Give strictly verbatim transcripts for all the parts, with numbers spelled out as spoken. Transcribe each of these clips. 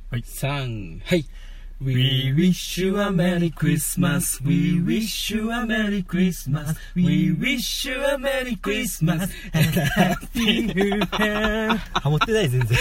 はい。 さん、はい。We wish you a Merry Christmas. We wish you a Merry Christmas. We wish you a Merry Christmas. And a Happy New Year. ハモってない全然。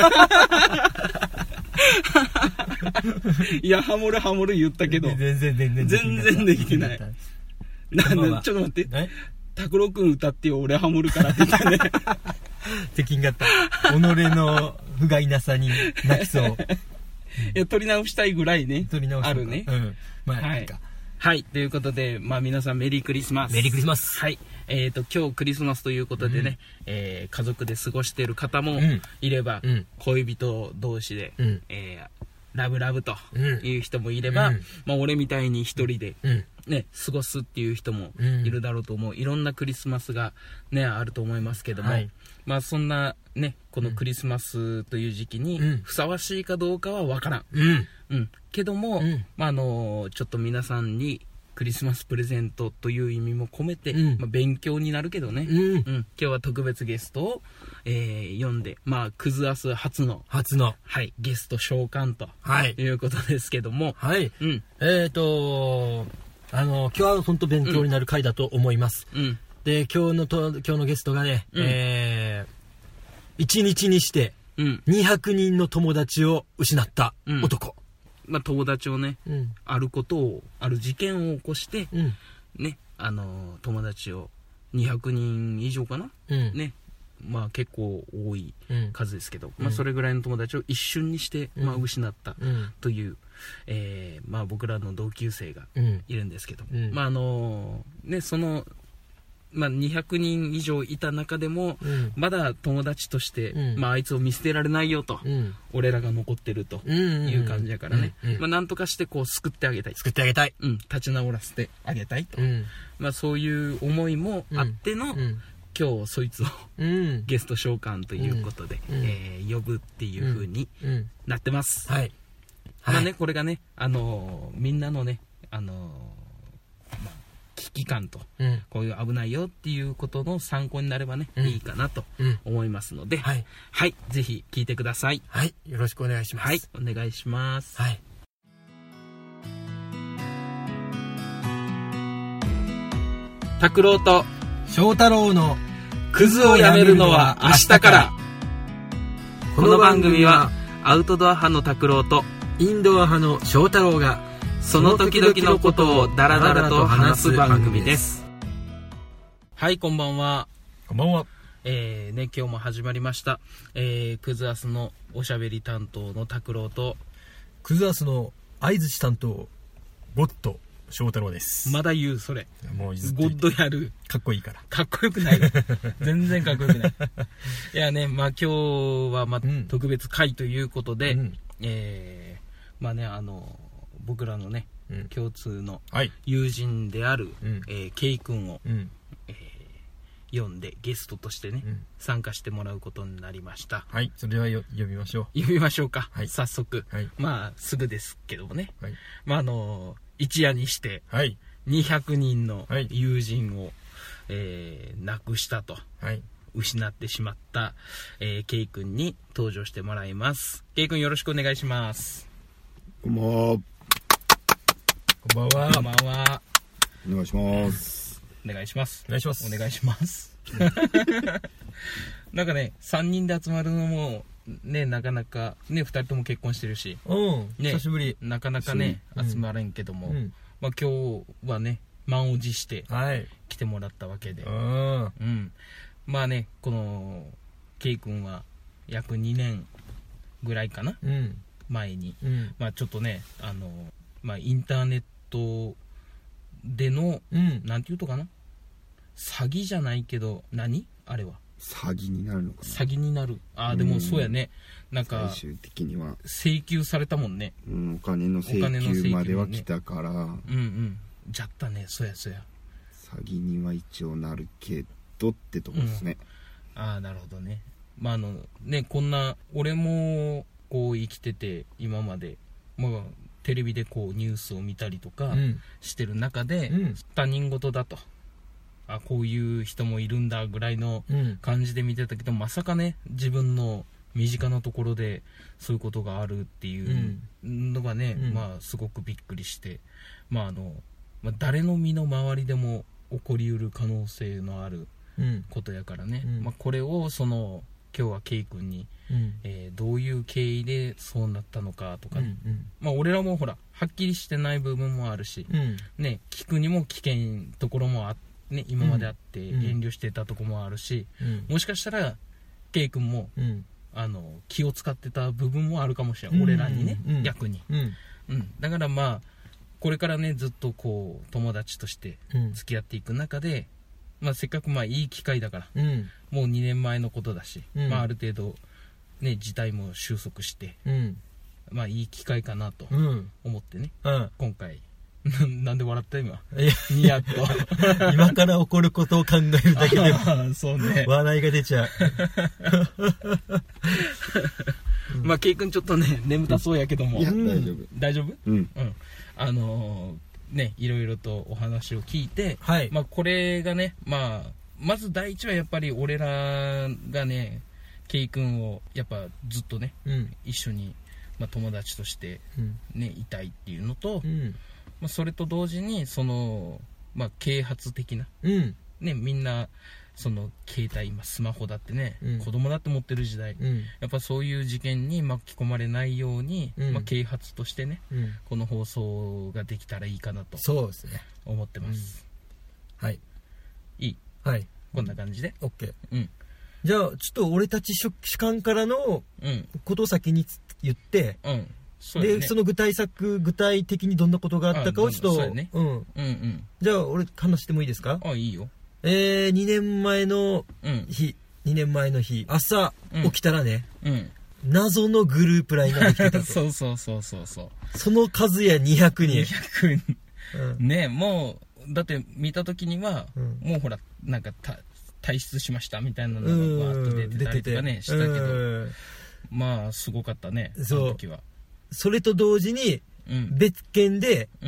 いや、ハモるハモる言ったけど。 全然全然全然できてない。なんで、ちょっと待って。拓郎くん歌ってよ、俺ハモるからって言ったね。 敵がった。己の不甲斐なさに泣きそう。 いや、取り直したいぐらいね。 取り直したあるね。 うん。まあ、 はい。はい。ということで、まあ皆さんメリークリスマス。 メリークリスマス。 はい。えっと、今日クリスマスということでね、うん、えー、家族で過ごしている方もいれば、うん、恋人同士で、うん、えー、ラブラブという人もいれば、うん、まあ俺みたいに一人で、うんね、過ごすっていう人もいるだろうと思う、うん、いろんなクリスマスが、ね、あると思いますけども、はい、まあそんな、ね、このクリスマスという時期にふさわしいかどうかは分からん、うんうん、けども、うんまあ、あのちょっと皆さんにクリスマスプレゼントという意味も込めて、うんまあ、勉強になるけどね、うんうん、今日は特別ゲストを、えー、呼んで、まあ、クズアス初の初の、 はい、ゲスト召喚と、はい、いうことですけども、 はいうん、えーとあの今日は本当勉強になる回だと思います、うん、で今日のと今日のゲストがね、うんえー、いちにちにしてにひゃくにんの友達を失った男、 うんまあ、友達をね、うん、あることをある事件を起こして、うんねあの友達をにひゃくにん以上かな、うんねまあ、結構多い数ですけど、うんまあ、それぐらいの友達を一瞬にして、うんまあ、失ったという、うんえーまあ、僕らの同級生がいるんですけど、うんまああのね、その、まあ、にひゃくにん以上いた中でも、うん、まだ友達として、うんまあ、あいつを見捨てられないよと、うん、俺らが残ってるという感じやからね、うんうんうんまあ、なんとかしてこう救ってあげたい救ってあげたい、 うん、立ち直らせてあげたいと、うんまあ、そういう思いもあっての、うんうん今日そいつを、うん、ゲスト召喚ということで、うんえー、呼ぶっていう風になってます、うんうんはいまあね、これがね、あのー、みんなのね、あのーまあ、危機感と、うん、こういう危ないよっていうことの参考になればね、うん、いいかなと思いますので、うんはい、はい、ぜひ聞いてください。 はい、よろしくお願いします。 はい、お願いします。はい。拓郎と翔太郎のクズをやめるのは明日から。この番組はアウトドア派の拓郎とインドア派の翔太郎がその時々のことをダラダラと話す番組です。はい、こんばんは。 こんばんは。 えーね、今日も始まりました、えー、クズアスのおしゃべり担当の拓郎とクズアスの相づち担当ゴッド翔太郎です。 まだ言うそれもうゴッドやるかっこいいからかっこよくない全然かっこよくないいやねまあ今日はまあ、うん、特別会ということで、うんえー、まあねあの僕らのね、うん、共通の友人である、はいえー、ケイ君を、うんえー、呼んでゲストとしてね、うん、参加してもらうことになりました。 はいそれはよ呼びましょう呼びましょうか、はい、早速、はい、まあすぐですけどもね、はい、まああの一夜にしてにひゃくにんの友人を、はいえー、亡くしたと、はい、失ってしまった、えー、ケイ君に登場してもらいます。ケイ君よろしくお願いします。 こんばんは。 こんばんは。 こんばんは。 お願いします。 お願いします。 お願いします。 お願いします。なんかねさんにんで集まるのもねなかなかねふたりとも結婚してるし、 うんね、 久しぶりなかなかね、うん、集まれんけども、うんまあ、今日はね満を持して来てもらったわけで、はい、うん、まあねこのケイ君は約にねんぐらいかな、うん、前に、うん、まあちょっとねあの、まあ、インターネットでの、うん、なんていうとかな詐欺じゃないけど何あれは詐欺になるのかな。 詐欺になる。ああでもそうやね。なんか最終的には請求されたもんね。 うん、お金の請求までは来たから。ね、うんうん。じゃったね。そうやそうや。 詐欺には一応なるけどってとこですね。 うん、ああなるほどね。まああのねこんな俺もこう生きてて今までまあテレビでこうニュースを見たりとかしてる中で、うん、他人事だと。あこういう人もいるんだぐらいの感じで見てたけど、うん、まさかね自分の身近なところでそういうことがあるっていうのがね、うん、まあすごくびっくりして、まああの、まあ、誰の身の回りでも起こりうる可能性のあることやからね、うん、まあ、これをその今日はケイ君に、うん、えー、どういう経緯でそうなったのかとかね、うんうん、まあ俺らもほらはっきりしてない部分もあるし、うん、ね、聞くにも危険ところもあってね、今まであって遠慮してたところもあるし、うん、もしかしたらケイ君も、うん、あの気を使ってた部分もあるかもしれない、うん、俺らにね、うん、逆に、うんうん、だからまあこれからねずっとこう友達として付き合っていく中で、まあ、せっかくまあいい機会だから、うん、もうにねんまえのことだし、うん、まあ、ある程度、ね、事態も収束して、うん、まあいい機会かなと思ってね、うん、今回なんで笑った今ニヤッと今から起こることを考えるだけでもそう、ね、 笑いが出ちゃうまあケイ君ちょっとね眠たそうやけども、 いや大丈夫大丈夫、 うん、うん、 あのー、ねいろいろとお話を聞いて、 はい、 まあこれがね、まあまず第一はやっぱり俺らがねケイ君をやっぱずっとね、うん、一緒に、まあ、友達としてね、うん、いたいっていうのと、うん、まあ、それと同時にその、まあ、啓発的な、うん、ね、みんなその携帯今スマホだってね、うん、子供だって持ってる時代、うん、やっぱそういう事件に巻き込まれないように、うん、まあ、啓発としてね、うん、この放送ができたらいいかなとそうですね思ってます、 うん、はいいい、 はい、 こんな感じで OK、 うん、 じゃあちょっと俺たち主観からのことを先に言って、うん、そうね、でその具体策具体的にどんなことがあったかをちょっと、ね、うんうんうん、じゃあ俺話してもいいですか？ あ、いいよ。 えー、にねんまえの日、うん、にねんまえの日朝起きたらね、うん、謎のグループラインができてたとそうそうそうそうそうその数やにひゃくにんにひゃくにん、うん、ね、もうだって見た時には、うん、もうほらなんかた退出しましたみたいなのがバーッと出てたりとかねしたけど、まあすごかったね、その時は。 それと同時に、うん、別件で、うん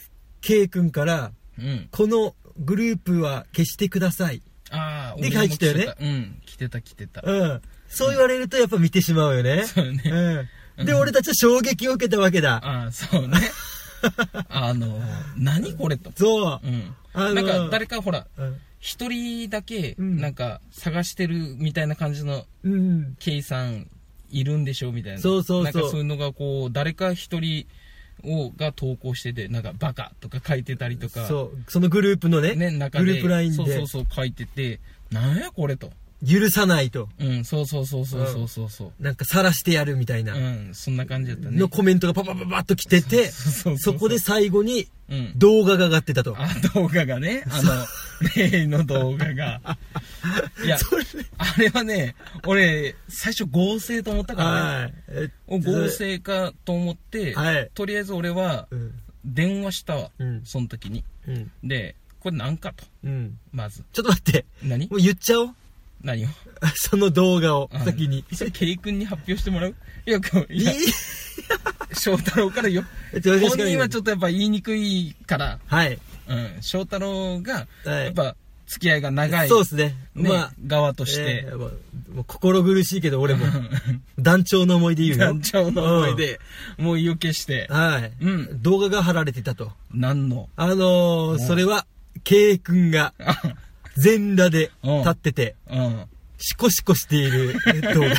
、K 君から、うん、このグループは消してください。 ああ、 で書いてたよね。 うん、来てた来てた。 うん。そう言われるとやっぱ見てしまうよね。 そうね。 うん。で、うん、俺たちは衝撃を受けたわけだ。 ああ、そうね。あの、何これと。 そう。 うん。あのー、なんか誰かほら、一、うん、人だけなんか探してるみたいな感じの、うん、K さんいるんでしょみたいな。 そうそうそう。 なんかそういうのがこう、誰か一人、をが投稿してて、なんかバカとか書いてたりとか、 そうそのグループのね、 ね、中でグループラインでそうそうそう書いてて、なんやこれと、 許さないと、 うん、そうそうそうそうそうそうそう、 うん、なんか晒してやるみたいな、 うん、そんな感じだったねのコメントがパパパパッと来てて、そこで最後に動画が上がってたと、うん、 あ動画がね、あの例の動画がいやあれはね、俺最初合成と思ったからね、はい、合成かと思って、はい、とりあえず俺は電話したわ、うん、その時に、うん、でこれなんかと、うん、まずちょっと待って、 何もう言っちゃおう、 何をその動画を先にそれケイ君に発表してもらう？いや、いや翔太郎からよ。本人はちょっとやっぱ言いにくいから、はい、うん、翔太郎がやっぱ付き合いが長い、 そうですね、 ね、まあ、側として、えー、 もう心苦しいけど俺も団長の思いで言うよ団長の思いで、うん、もう意を決して、 はい、うん、動画が貼られてたと。 何のあのー、それは K 君が全裸で立ってて、うん、シコシコしている動画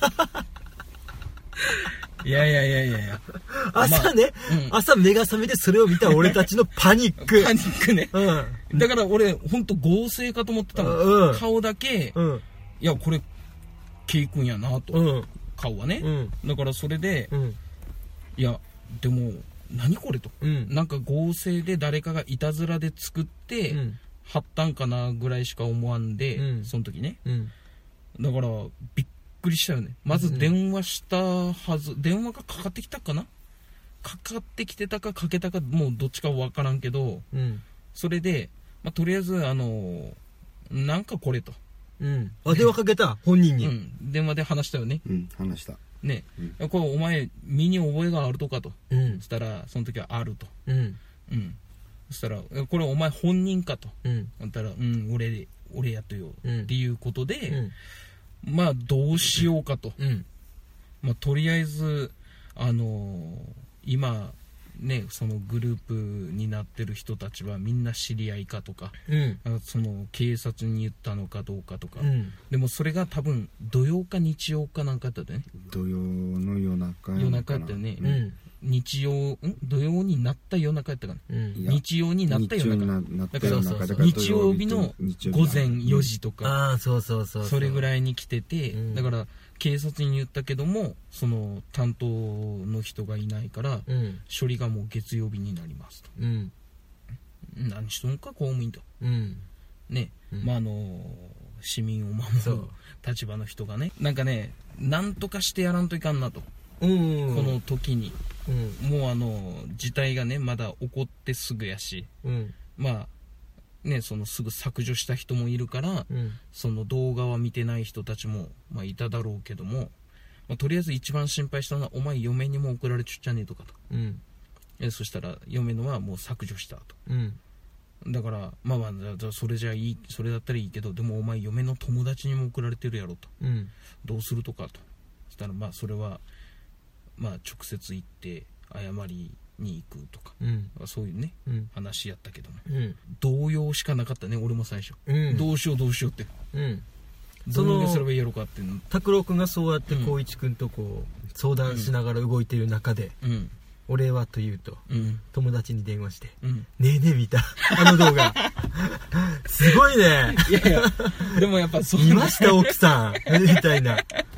いやいやいやいやいや朝ね、まあうん、朝目が覚めてそれを見た俺たちのパニックパニックね、うん、だから俺ほんと合成かと思ってたの、うん、顔だけ、うん、いやこれ K 君やなと、うん、顔はね、うん、だからそれで、うん、いやでも何これと、うん、なんか合成で誰かがいたずらで作って、うん、貼ったんかなぐらいしか思わんで、うん、その時ね、うん、だからびっくりしたよね。まず電話したはず、うん、電話がかかってきたかな、かかってきてたかかけたかもうどっちか分からんけど、うん、それで、まあ、とりあえずあのなんかこれと、 うん、あ電話かけた本人に、 うん、電話で話したよね、 うん、話したね、うん、これお前身に覚えがあるとかと、うん、そしたらその時はあると、うんうん、そしたらこれお前本人かと、うん、そしたらうん俺俺やとよ、うん、っていうことで、うん、 まあどうしようかと、うん、まあとりあえずあのー、今ね、そのグループになってる人たちはみんな知り合いかとか、うん、その警察に言ったのかどうかとか、うん、でもそれが多分土曜か日曜かなんかだったね。 土曜の夜中夜中だったよね、うん、日曜ん土曜になった夜中やったかな、うん、日曜になった夜中だから日曜日の午前よじとか、うん、 あそうそうそうそれぐらいに来てて、うん、だから警察に言ったけどもその担当の人がいないから、うん、処理がもう月曜日になりますと、うん、何しとんか公務員と、うん、ね、うん、まああの市民を守る立場の人がねなんかねなんとかしてやらんといかんなと、うんうんうん、この時に、うん、もうあの事態がねまだ起こってすぐやし、うん、まあね、そのすぐ削除した人もいるから、うん、その動画は見てない人たちも、まあ、いただろうけども、まあ、とりあえず一番心配したのはお前嫁にも送られちゃっちゃねえとかと、うん、えそしたら嫁のはもう削除したと、うん、だからまあまあじゃあそれじゃいいそれだったらいいけどでもお前嫁の友達にも送られてるやろと、うん、どうするとかとそしたらまあそれはまあ直接行って謝りに行くとか、うん、そういうね、うん、話やったけども、うん、動揺しかなかったね俺も最初、うん、どうしようどうしようって、うん、どうすればいいやろかっていうの拓郎君がそうやって光一君とこう相談しながら動いてる中で、うん、俺はというと、うん、友達に電話して、うん、ねえねえ見たあの動画すごいねいやいやでもやっぱそう見ました奥さんみたいな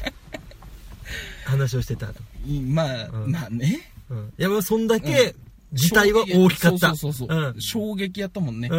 話をしてたとまあ、うん、まあねうん、いやもうそんだけ事態は大きかった、 うん、そうそうそうそう、うん、衝撃やったもんね、うん、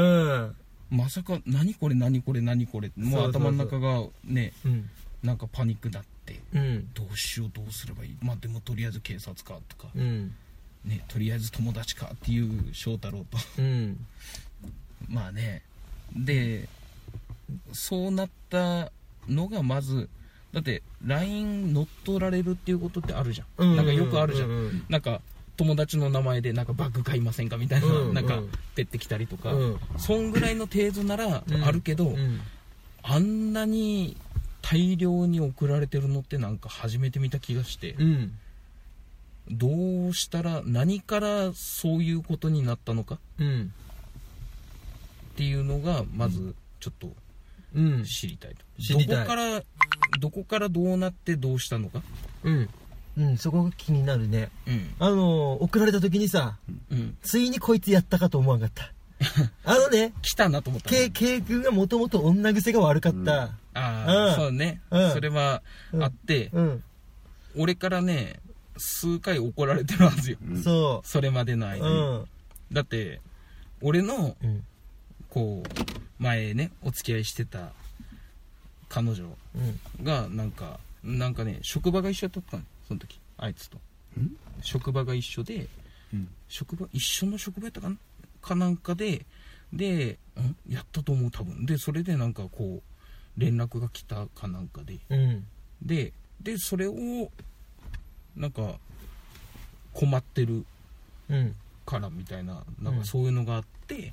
まさか何これ何これ何これもう頭の中がね、うん、なんかパニックだって、うん、どうしようどうすればいいまあでもとりあえず警察かとか、うんね、とりあえず友達かっていう翔太郎と、うん、まあねでそうなったのがまずだって ライン 乗っ取られるっていうことってあるじゃん、うんうんうんうん、なんかよくあるじゃん、うんうん、なんか友達の名前でなんかバッグ買いませんかみたいな、うんうん、なんかペッてきたりとか、うん、そんぐらいの程度ならあるけど、うんうん、あんなに大量に送られてるのってなんか初めて見た気がして、うん、どうしたら何からそういうことになったのか、うん、っていうのがまずちょっと知りたいと、うん、知りたいどこからどこからどうなってどうしたのかうんうん、そこが気になるね、うん、あの送られた時にさ、うん、ついにこいつやったかと思わなかったあのね来たなと思った、 ね、K君がもともと女癖が悪かった、うん、 ああ、うん、そうね、うん、それはあって、うん、俺からね数回怒られてるはずよ、うん、そうそれまでの間に、うん、だって俺の、うん、こう前ねお付き合いしてた彼女がなんかなんかね職場が一緒だったのその時あいつと職場が一緒で、うん、職場一緒の職場やったかなかなんかででんやったと思う多分でそれでなんかこう連絡が来たかなんかで、うん、ででそれをなんか困ってるからみたいな、うん、なんかそういうのがあって、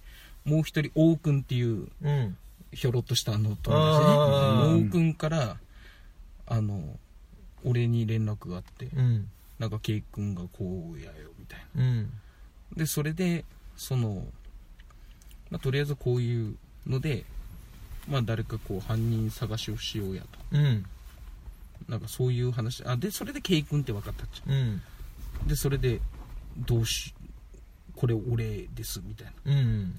もう一人王くんっていう、うん、ひょろっとしたあの友達ね王くんからあの俺に連絡があって、うん、なんかケイ君がこうやよみたいな、うん、でそれでその、まあ、とりあえずこういうので、まあ、誰かこう犯人探しをしようやと、うん、なんかそういう話あでそれでケイ君って分かったっちゃ、うん、でそれでどうしこれ俺ですみたいな、うん、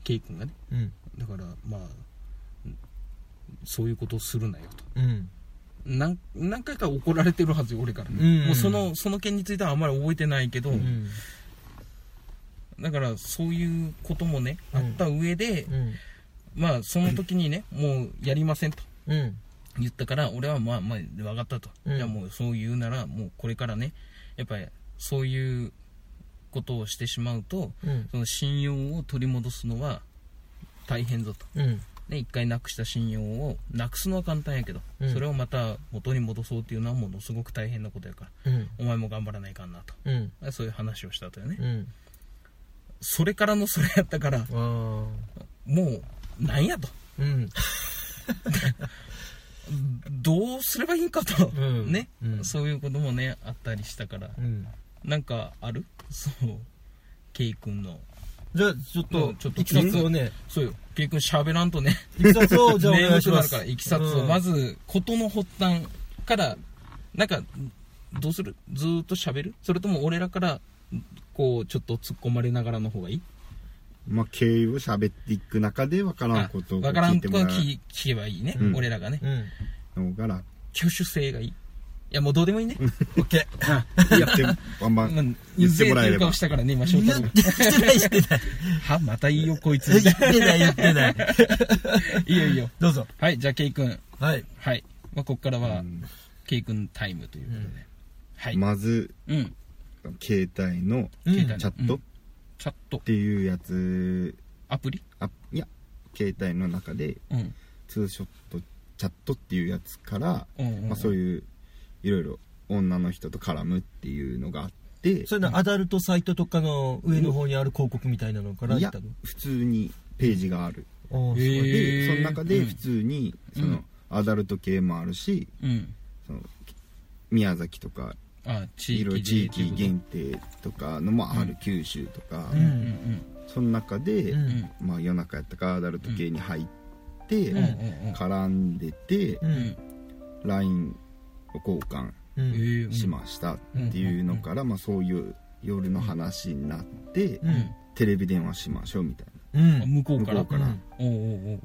ケイ君がね、うん、だからまあそういうことをするなよと、うん何, 何回か怒られてるはずよ俺から、ねうんうん、もうそのその件についてはあんまり覚えてないけど、うん、だからそういうこともね、うん、あった上で、うん、まあその時にね、うん、もうやりませんと、うん、言ったから俺はまあまあ分かったと、うん、いやもうそう言うならもうこれからねやっぱりそういうことをしてしまうと、うん、その信用を取り戻すのは大変ぞと、うんね、一回なくした信用をなくすのは簡単やけど、うん、それをまた元に戻そうっていうのはものすごく大変なことやから、うん、お前も頑張らないかんなと、うん、そういう話をしたとよね、うん、それからのそれやったからもうなんやと、うん、 どうすればいいかと、うん、ね、 うん、 そういうこともねあったりしたから、うん、なんかある？そうケイ君のじゃあちょっとちょっといきさつをね、 そうよ、ケイ君喋らんとね、 いきさつをじゃあお願いします。 いきさつを、まず事の発端からなんかどうする？ずーっと喋る？それとも俺らからこうちょっと突っ込まれながらの方がいい？ まあ経緯を喋っていく中で分からんことを分からんことを聞けばいいね、うん、俺らがね。 うん。だから挙手制がいい。いやもうどうでもいいね。 オッケー。 やってバンバン言ってもらえれば。 顔したからね今翔太郎。 言ってないしてない。 はまたいいよこいつ。 言ってない言ってない。 いいよいいよ。 どうぞ。 はいじゃあケイ君。 はいはい。まあここからはケイ君タイムということで。うん、 はい。まず、うん、携帯のチャット。うんチャットっていうやつアプリあいや携帯の中で、うん、ツーショットチャットっていうやつから、うんうんうんまあ、そういういろいろ女の人と絡むっていうのがあってそれのアダルトサイトとかの上の方にある広告みたいなのからいや普通にページがある、 うん、 でその中で普通に、うん、そのアダルト系もあるし、うん、その宮崎とかあ地域地域限定とかのもある、うん、九州とか、うんうんうん、その中で、うんまあ、夜中やったかアダルト系に入って、うん、絡んでて、うん、ライン を交換しましたっていうのから、まあ、そういう夜の話になって、うん、テレビ電話しましょうみたいな、うん、向こうから、 向こうから、うん、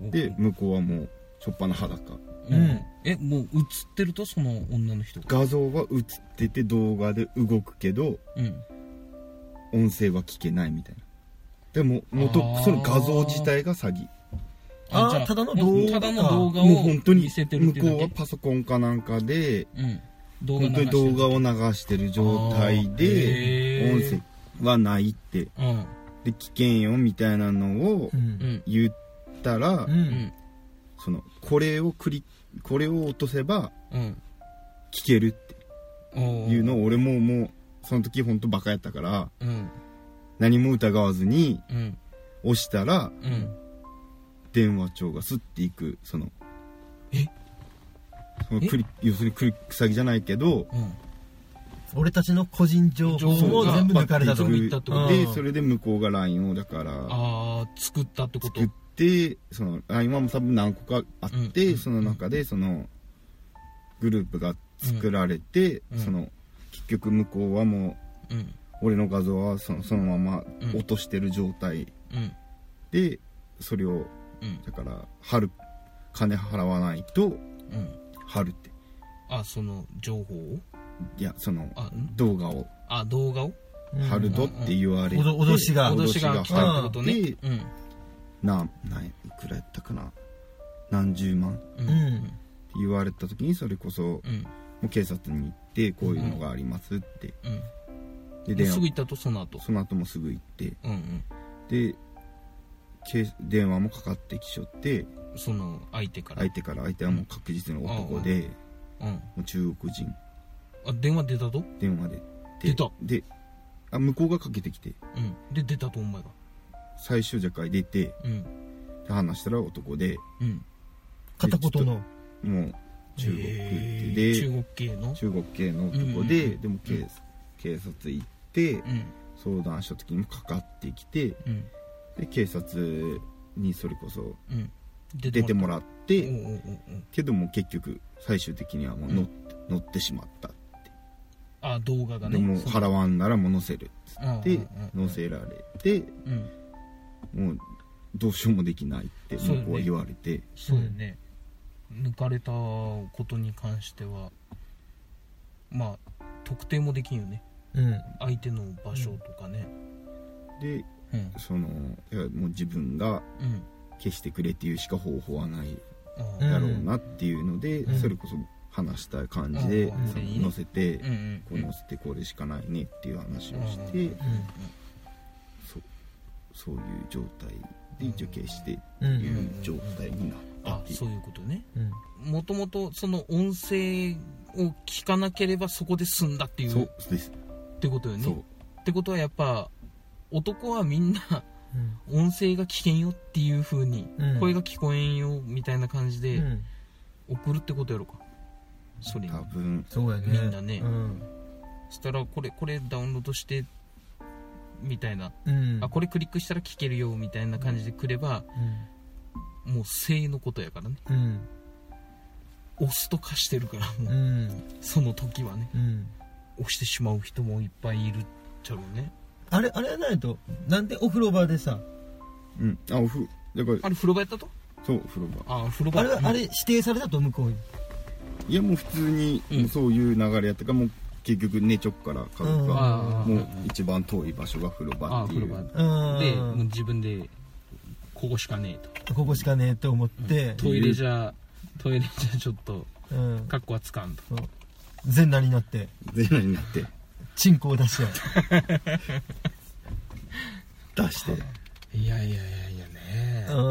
で向こうはもうしょっぱな裸うん、えもう映ってるとその女の人画像は映ってて動画で動くけど、うん、音声は聞けないみたいなでも元その画像自体が詐欺ああただの動画ただの動画を見せてるっていうだけ向こうはパソコンかなんかで、うん、動画本当に動画を流してる状態で音声はないって、うん、で危険よみたいなのを言ったら、うんうんそのこれをクリこれを落とせば聞けるっていうのを俺ももうその時本当バカやったから、うん、何も疑わずに押したら、うん、電話帳がスッていくそのえそのクリ要するにクリック詐欺じゃないけど、 うん、俺たちの個人情報も全部抜かれたとでそれで向こうが ライン をだからあ作ったってこと作でそのラインは多分何個かあって、うん、その中でそのグループが作られて、うん、その結局向こうはもう、うん、俺の画像はその、そのまま落としてる状態、うん、でそれを、うん、だから貼る金払わないと、うん、貼るってあその情報をいやその動画をあ動画を貼るとって言われて、 うんうん、脅しが脅しが入ることね、うんな何いくらやったかな何十万、うん、って言われた時にそれこそ、うん、もう警察に行ってこういうのがありますって、うん、 で電話すぐ行ったとその後その後もすぐ行って、うんうん、で電話もかかってきちょってその相手から相手から相手はもう確実に男で、うん、もう中国人あ電話出たと電話で出たであ向こうがかけてきて、 うん、で出たとお前が最終じゃ会出て、うん、で話したら男で、うん、 片言のもう中国系で中国系の中国系の男で、うんうんうん、でも警、うん、警察行って、うん、相談した時にもかかってきて、うん、で警察にそれこそ、うん、出てもらって、うん、けども結局最終的にはもう乗って、うん、乗ってしまったってあ動画がねでも払わんならもう載せるっつって載せられて、うんもうどうしようもできないって向こうは言われてそうよね、うん、抜かれたことに関してはまあ特定もできんよね、うん、相手の場所とかね、 うん、で、うん、そのいやもう自分が消してくれっていうしか方法はないだろうなっていうので、うん、それこそ話した感じで、うん、その載せて、うん、こう載せてこれしかないねっていう話をして、うんうんそういう状態で一応消してっていう状態になったっていう、 あそういうことね、もともとその音声を聞かなければそこで済んだっていうそうですってことよねってことはやっぱ男はみんな音声が危険よっていう風に、うん、声が聞こえんよみたいな感じで、うん、 送るってことやろか、それに多分そうやね、 みんなね、 うん、 そしたらこれこれダウンロードしてみたいな、 うん、 あこれクリックしたら聞けるよみたいな感じでくれば、うん、もう正のことやからね、うん、押すと貸してるからもう、うん、その時はね、うん、押してしまう人もいっぱいいるっちゃろうね。 あれあれはないとなんでお風呂場でさ、 うん、あお風呂だからあれ風呂場やったと、 そう風呂場、 あ風呂場あれ、うん、あれ指定されたと向こうに、 いやもう普通にそういう流れやったから、もう結局寝ちょっから家族がもう一番遠い場所が風呂場っていう、 でもう自分でここしかねえとここしかねえと思って、 うん、トイレじゃトイレじゃちょっとカッコはつかんと、うん、 全裸になって全裸になってチンコを出して出していやいやいやいやね、うん、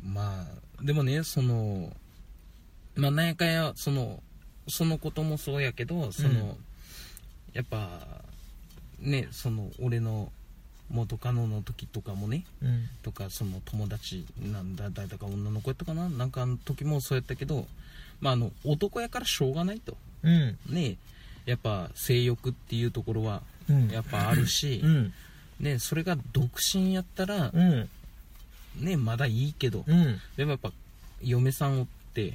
まあでもねそのまあなんやかやそのそのこともそうやけどその、うん、やっぱねその俺の元カノの時とかもね、うん、とかその友達なんだ誰だか女の子やったかななんかあの時もそうやったけど、まああの男やからしょうがないと、うん、ねやっぱ性欲っていうところはやっぱあるし、うん、ねそれが独身やったら、うん、ねまだいいけど、うん、でもやっぱ嫁さんおって、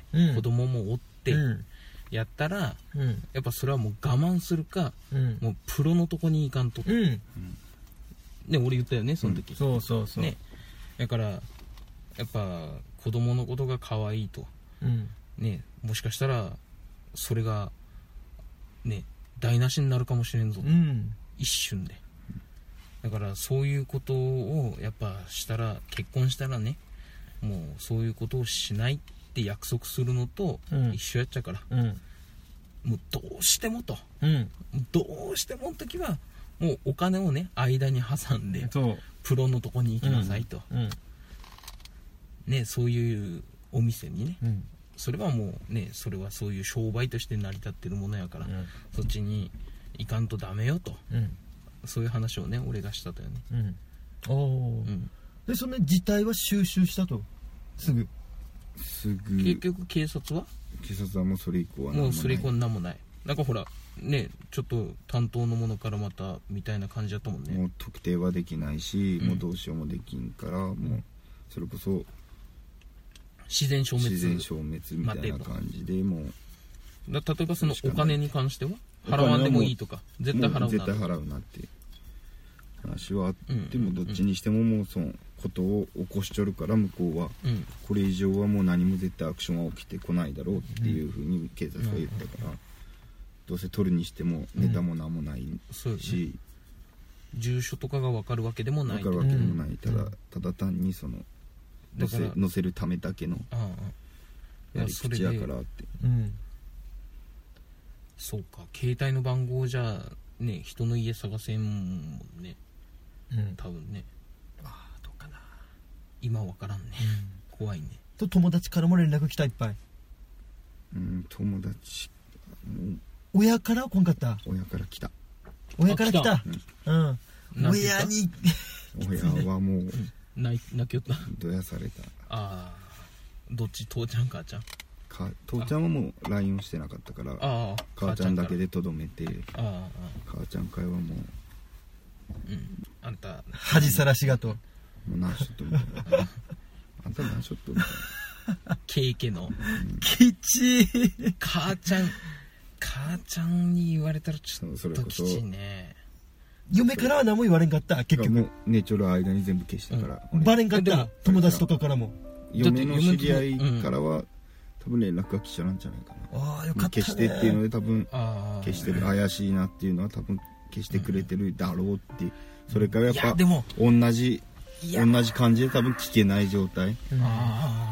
うん、子供もおって、うんやったら、うん、やっぱそれはもう我慢するか、うん、もうプロのとこに行かんと、うん、ね俺言ったよねその時、 うん、そうそうそうねだからやっぱ子供のことが可愛いと、うん、ねもしかしたらそれがね台無しになるかもしれんぞ、うん、一瞬でだからそういうことをやっぱしたら結婚したらねもうそういうことをしないって約束するのと一緒やっちゃうから、うん、もうどうしてもと、うん、どうしてもの時はもうお金をね間に挟んでプロのとこに行きなさいと、うんうん、ねそういうお店にね、うん、それはもうねそれはそういう商売として成り立ってるものやから、うん、そっちに行かんとダメよと、うん、そういう話をね俺がしたとよね、 うん、おー、うん、でその事態は収集したとすぐすぐ結局警察は警察はもうそれ以降はもうそれ以降は何もないなんかほらねちょっと担当の者からまたみたいな感じだったもんねもう特定はできないし、うん、もうどうしようもできんから、もうそれこそ自然消滅自然消滅みたいな感じでもうだ例えばそのお金に関しては払わんでもいいとか絶対払うな絶対払うなって話はあっても、どっちにしてももうそのことを起こしちょるから向こうは、うん、これ以上はもう何も絶対アクションは起きてこないだろうっていうふうに警察は言ったから、うん、どうせ取るにしてもネタも何もないし、うんね、 住所とかが分かるわけでもない分かるわけでもない、うん、ただただ単にその載せ、載せるためだけのやり口やからって、うん、 そうか携帯の番号じゃね人の家探せんもんね、うん、多分ねああどうかな今分からんね、うん、怖いねと友達からも連絡来たいっぱいうん友達親からは来んかった親から来た親から来たうん、うん、親に親はもう、うん、 泣きよったどやされたああどっち父ちゃん母ちゃんか父ちゃんはもう ライン をしてなかったからあ母ちゃんだけでとどめてあ母ちゃん会はもう、 うん、あんた恥さらしがともう何しょっとみたいなあんた何しょっとみたいなケイケの、うん、 きちい母ちゃん母ちゃんに言われたらちょっときちいね嫁からは何も言われんかった結局もう寝ちょる間に全部消したから、 うん、バレんかった友達とかからも嫁の知り合いからは、うん、多分連絡が来ちゃうんじゃないかなあよかった、ね、 消してっていうので多分消してる怪しいなっていうのは多分消してくれてるだろうって、うん、それからやっぱでも同じ同じ感じで多分聞けない状態、うん、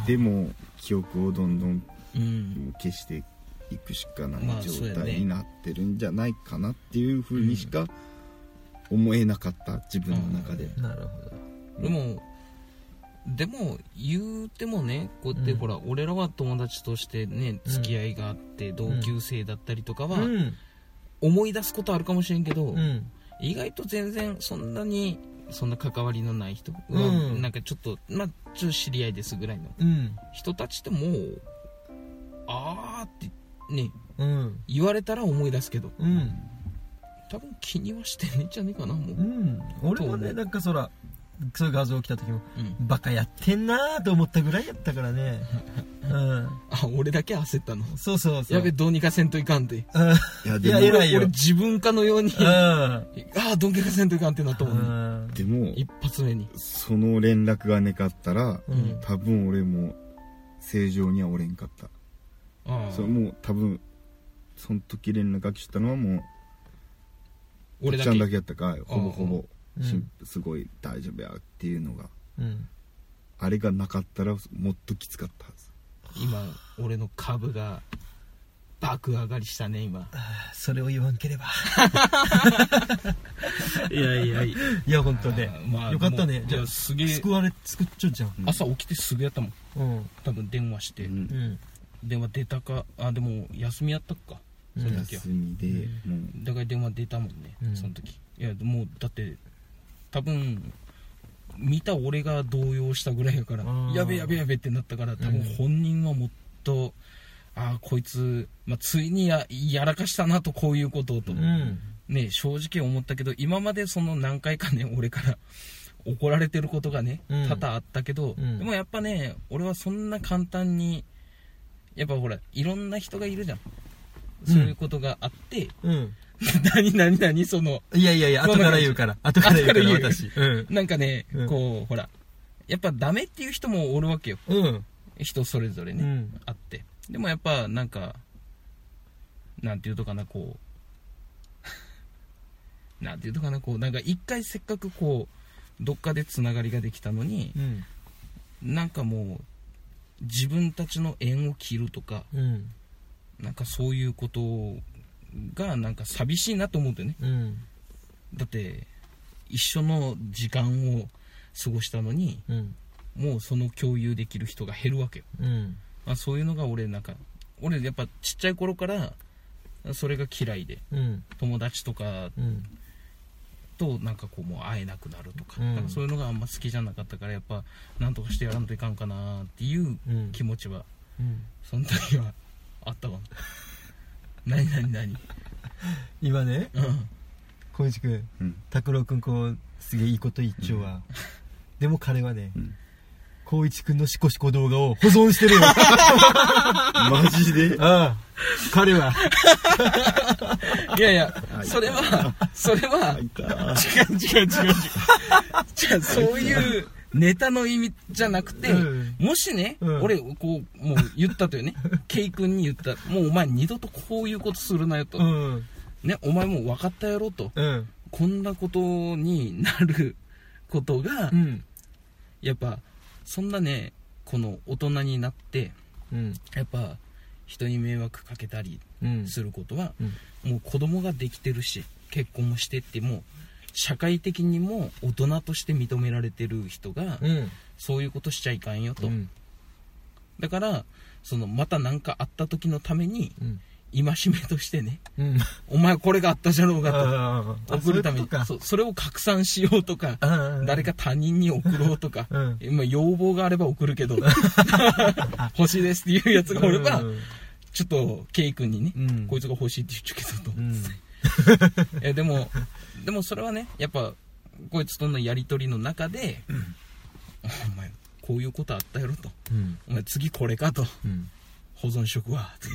でも記憶をどんどん消していくしかない状態になってるんじゃないかなっていうふうにしか思えなかった自分の中で、 うん、なるほどでもでも言うてもねこうやって、うん、ほら俺らは友達としてね付き合いがあって、うん、同級生だったりとかは、うん、思い出すことあるかもしれんけど、うん、意外と全然そんなにそんな関わりのない人は、うん、なんかちょっとまあちょっと知り合いですぐらいの、うん、人たちってもうあーってね、うん、言われたら思い出すけど、うん、多分気にはしてねえんじゃねえかなもう、うん、 俺もねなんかそらそういう画像来た時も、うん、バカやってんなーと思ったぐらいやったからね、うん、 あ俺だけ焦ったの。 そうそうそう、 やべどうにかせんといかんって、うん、 いやでもいや偉いよ、 俺自分かのように、うん、ああどうにかせんといかんってなったもんね、うん、 でも一発目にその連絡がねかったら、うん、多分俺も正常にはおれんかった。あそれもう多分その時連絡が来たのはもう俺だけちゃんだけやったかほぼほぼ、うん、すごい大丈夫やっていうのが、うん、あれがなかったらもっときつかったはず。 今俺の株が爆上がりしたね今。 それを言わんければいやいやいや本当ね、まあ、よかったね。じゃあすげえ救われ救っちゃうじゃん、 うん、朝起きてすぐやったもん、うん、多分電話して、うん、電話出たかあでも休みやったかその時は、 休みで、 うん、だから電話出たもんね、うん、その時。いやもうだって多分見た俺が動揺したぐらいやから、やべやべやべってなったから、多分本人はもっと、うん、ああこいつ、まあ、ついに や, やらかしたなとこういうことをと、うん、ね正直思ったけど、今までその何回かね俺から怒られてることがね、うん、多々あったけど、うん、でもやっぱね俺はそんな簡単にやっぱほらいろんな人がいるじゃん、そういうことがあって、うん、何何何そのいやいやいや後から言うから後から言うから私、 うん、なんかね、うん、こうほらやっぱダメっていう人もおるわけよ、うん、人それぞれね、うん、あって、でもやっぱなんかなんていうとかなこうなんていうとかなこうなんか一回せっかくこうどっかでつながりができたのに、うん、なんかもう自分たちの縁を切るとか、うん、なんかそういうことがなんか寂しいなと思ってね、うん、だって一緒の時間を過ごしたのに、うん、もうその共有できる人が減るわけよ、うんまあ、そういうのが俺なんか俺やっぱちっちゃい頃からそれが嫌いで、うん、友達とかとなんかこうもう会えなくなるとか、うん、なんかそういうのがあんま好きじゃなかったから、やっぱなんとかしてやらんといかんかなっていう気持ちは、うん、その時はあったわ。何何何今ね、うん、小市君、うん、拓郎君こうすげえいいこと言っちゃうわ、うん、でも彼はね、うん光一くんのシコシコ動画を保存してるよマジでああ彼はいやいやそれはそれは違う違う違う違う違うそういうネタの意味じゃなくて、うん、もしね、うん、俺こうもう言ったとよねケイ君に言った、もうお前二度とこういうことするなよと、うん、ねお前もう分かったやろと、うん、こんなことになることが、うん、やっぱそんなねこの大人になって、うん、やっぱ人に迷惑かけたりすることは、うんうん、もう子供ができてるし結婚もしてっても社会的にも大人として認められてる人が、うん、そういうことしちゃいかんよと、うん、だからそのまた何かあった時のために、うん戒めとしてね、うん、お前これがあったじゃろうがと送るために そ, それを拡散しようとか誰か他人に送ろうとか、うんまあ、要望があれば送るけど欲しいですっていうやつがおれば、うん、ちょっとケイ君にね、うん、こいつが欲しいって言っちゃうけどと、うん、えでもでもそれはねやっぱこいつとのやり取りの中で、うん、お前こういうことあったやろと、うん、お前次これかと、うん保存しとくわ、うん、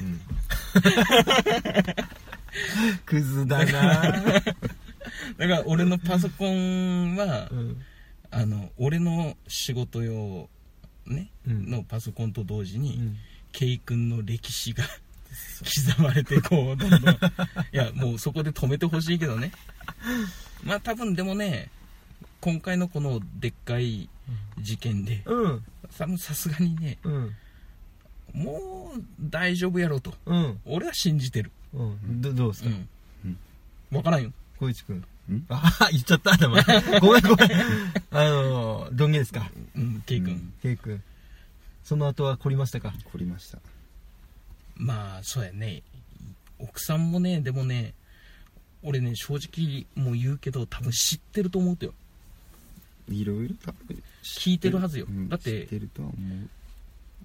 クズだなだから俺のパソコンは、うん、あの俺の仕事用、ねうん、のパソコンと同時に、うん、ケイ君の歴史が刻まれてこうどんどんいやもうそこで止めてほしいけどねまあ多分でもね今回のこのでっかい事件で、うん、さすがにね、うんもう大丈夫やろと、うん、俺は信じてる、 うん、ど, どうですか、 うん、分からんよ小市君あ言っちゃったごめんごめんあのどんげですかうんケイ君ケイ君その後は懲りましたか懲りましたまあそうやね奥さんもねでもね俺ね正直もう言うけど多分知ってると思うとよいろいろ多分聞いてるはずよ、 うん、 だって知ってるとは思う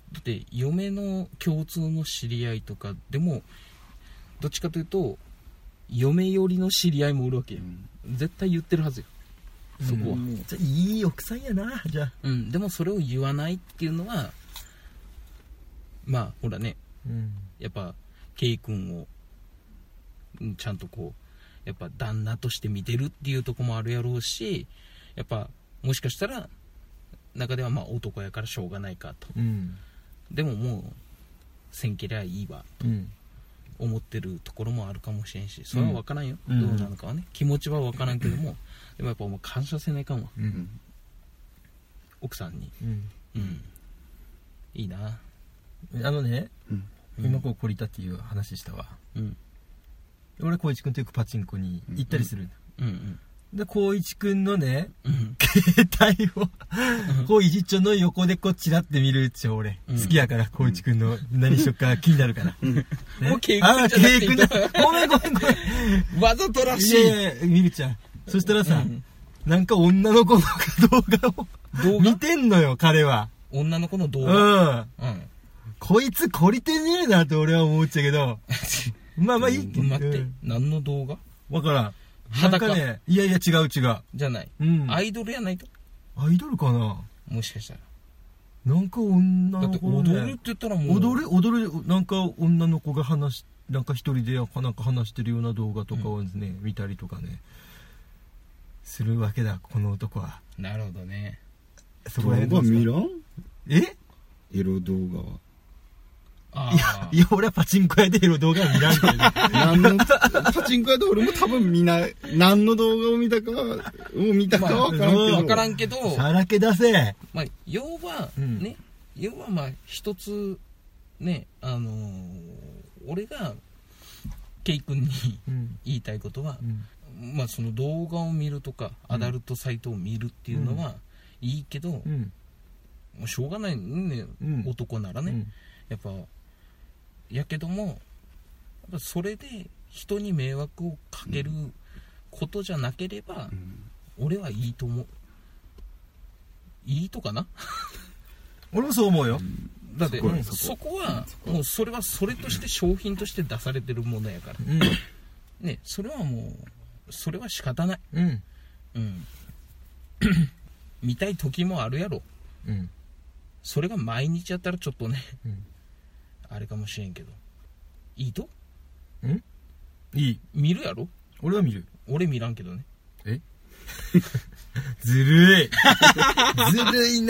だって嫁の共通の知り合いとかでもどっちかというと嫁寄りの知り合いもおるわけよ、うん、絶対言ってるはずよそこは、うん、 じゃいい奥さんやなじゃあ、 うん、でもそれを言わないっていうのはまあほらね、うん、やっぱケイ君をちゃんとこうやっぱ旦那として見てるっていうところもあるやろうし、やっぱもしかしたら中ではまあ男やからしょうがないかと、うん、でももうせんけりゃいいわと思ってるところもあるかもしれんし、それは分からんよ、うん、どうなのかはね、気持ちは分からんけどもでもやっぱもう感謝せないかんわ、うん、奥さんに、うんうん、いいなあのね、うん、今こう懲りたっていう話したわ、うん、俺光一君とよくパチンコに行ったりする、うんうんうんで、光一くんのね、うん、携帯を、光一ちょの横でこうチラって見るっちゃ俺、うん、好きやから、光一くんの何しよっか気になるから。 うんね、もうケイ君じゃなくていいと。 ごめんごめんごめん。 わざとらしい。 いやいや、見るちゃん。そしたらさ、うん、なんか女の子の動画を動画見てんのよ、彼は。 女の子の動画うん。うん。こいつ懲りてねえなって俺は思っちゃうけど。まあまあいいって。 待って、うん、何の動画わからん。裸なんかね、いやいや違う違うじゃない、うん、アイドルやないとアイドルかなもしかしたらなんか女の子、 ね、だって踊るって言ったらもう踊る踊るなんか女の子が話しなんか一人でなんか話してるような動画とかをね、うん、見たりとかねするわけだこの男は。 なるほどね。 そこら辺見らんえエロ動画は。 あいや、いや俺はパチンコ屋でエロ動画は見らんけど何のパチンコ屋で俺も多分見ない何の動画を見たかはを見たかは分からんけど、まあ、 分からんけどさらけ出せ、 まあ、要は、うん、ね要はまあ一つねあのー、俺がケイ君に言いたいことは、うん、まあその動画を見るとか、うん、アダルトサイトを見るっていうのはいいけど、うん、もうしょうがないね、うん、男ならね、うん、やっぱやけどもやっぱそれで人に迷惑をかけることじゃなければ、うん、俺はいいと思う。いいとかな俺もそう思うよ、 うん、だってそ こ,、うん、そこはもうそれはそれとして商品として出されてるものやから、うん、ねそれはもうそれは仕方ない、うんうん、見たい時もあるやろ、うん、それが毎日やったらちょっとね、うんあれかもしれんけどいいとんいい見るやろ俺は見る俺見らんけどねえずるいずるい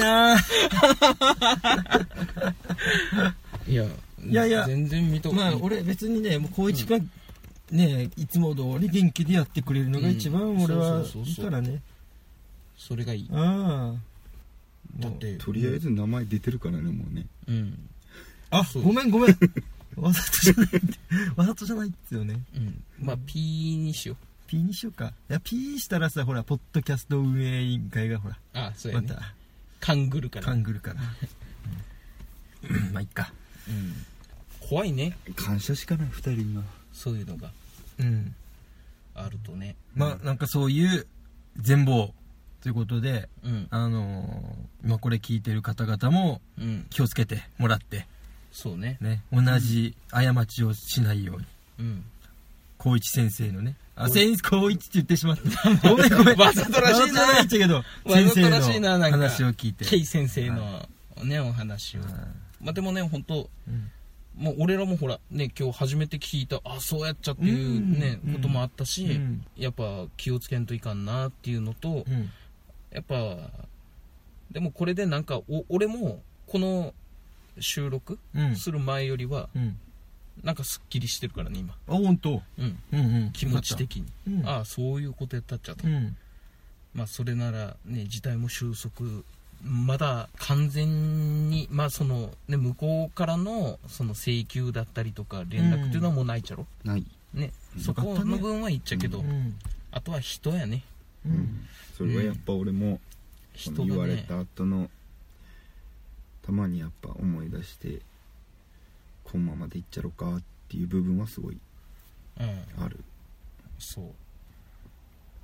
ないやいやいや全然見とまあ俺別にねもう光一がねいつも通り元気でやってくれるのが一番俺はいいからねそれがいいああだってとりあえず名前出てるからねもうねうんあ、ごめんごめんわざとじゃないわざとじゃないっすよね。 うんまあ P にしよう P にしようか。いや P したらさほらポッドキャスト運営委員会がほらあそうやねまた勘ぐるから勘ぐるから、うん、まあいっか、 うん、怖いね感謝しかないふたりがそういうのがうんあるとねまあなんかそういう全貌ということで、うん、あのー、今これ聞いてる方々も気をつけてもらって、うんそうねね同じ過ちをしないように、うん、光一先生のねあ先生光一って言ってしまったごめんごめんわざとらしいなわざとらしいけど先生の話を聞いてケイ先生のねお話をまあでもね本当、うん、もう俺らもほらね今日初めて聞いたあそうやっちゃっていうね、うん、こともあったし、うん、やっぱ気をつけんといかんなっていうのと、うん、やっぱでもこれでなんかお俺もこの収録する前よりは、うん、なんかすっきりしてるからね今あ本当、 うんうんうん、気持ち的に、うん、ああそういうことやったっちゃと、うん、まあそれならね事態も収束まだ完全にまあそのね向こうからのその請求だったりとか連絡っていうのはもうないっちゃろ、 うん、ないねそこの分は言っちゃけど、うん、あとは人やね、 うん、それはやっぱ俺も、うん、言われた後のたまにやっぱ思い出してこのままでいっちゃろうかっていう部分はすごいある、うん、 そう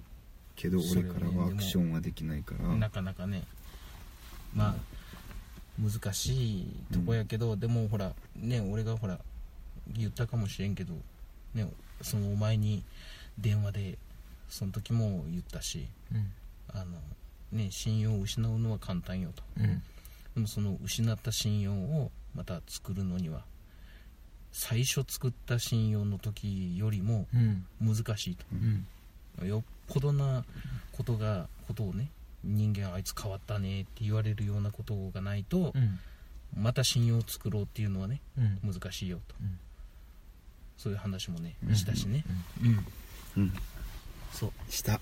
けど俺からはアクションはできないから、 ね、なかなかねまあ難しいとこやけど、うん、でもほらね俺がほら言ったかもしれんけどね、そのお前に電話でその時も言ったし、うん、あのね信用を失うのは簡単よと、うん、でもその失った信用をまた作るのには最初作った信用の時よりも難しいと、うん、よっぽどなことがことをね人間あいつ変わったねって言われるようなことがないと、うん、また信用を作ろうっていうのはね、うん、難しいよと、うん、そういう話もね、うん、したしね、うんうんうん、そうした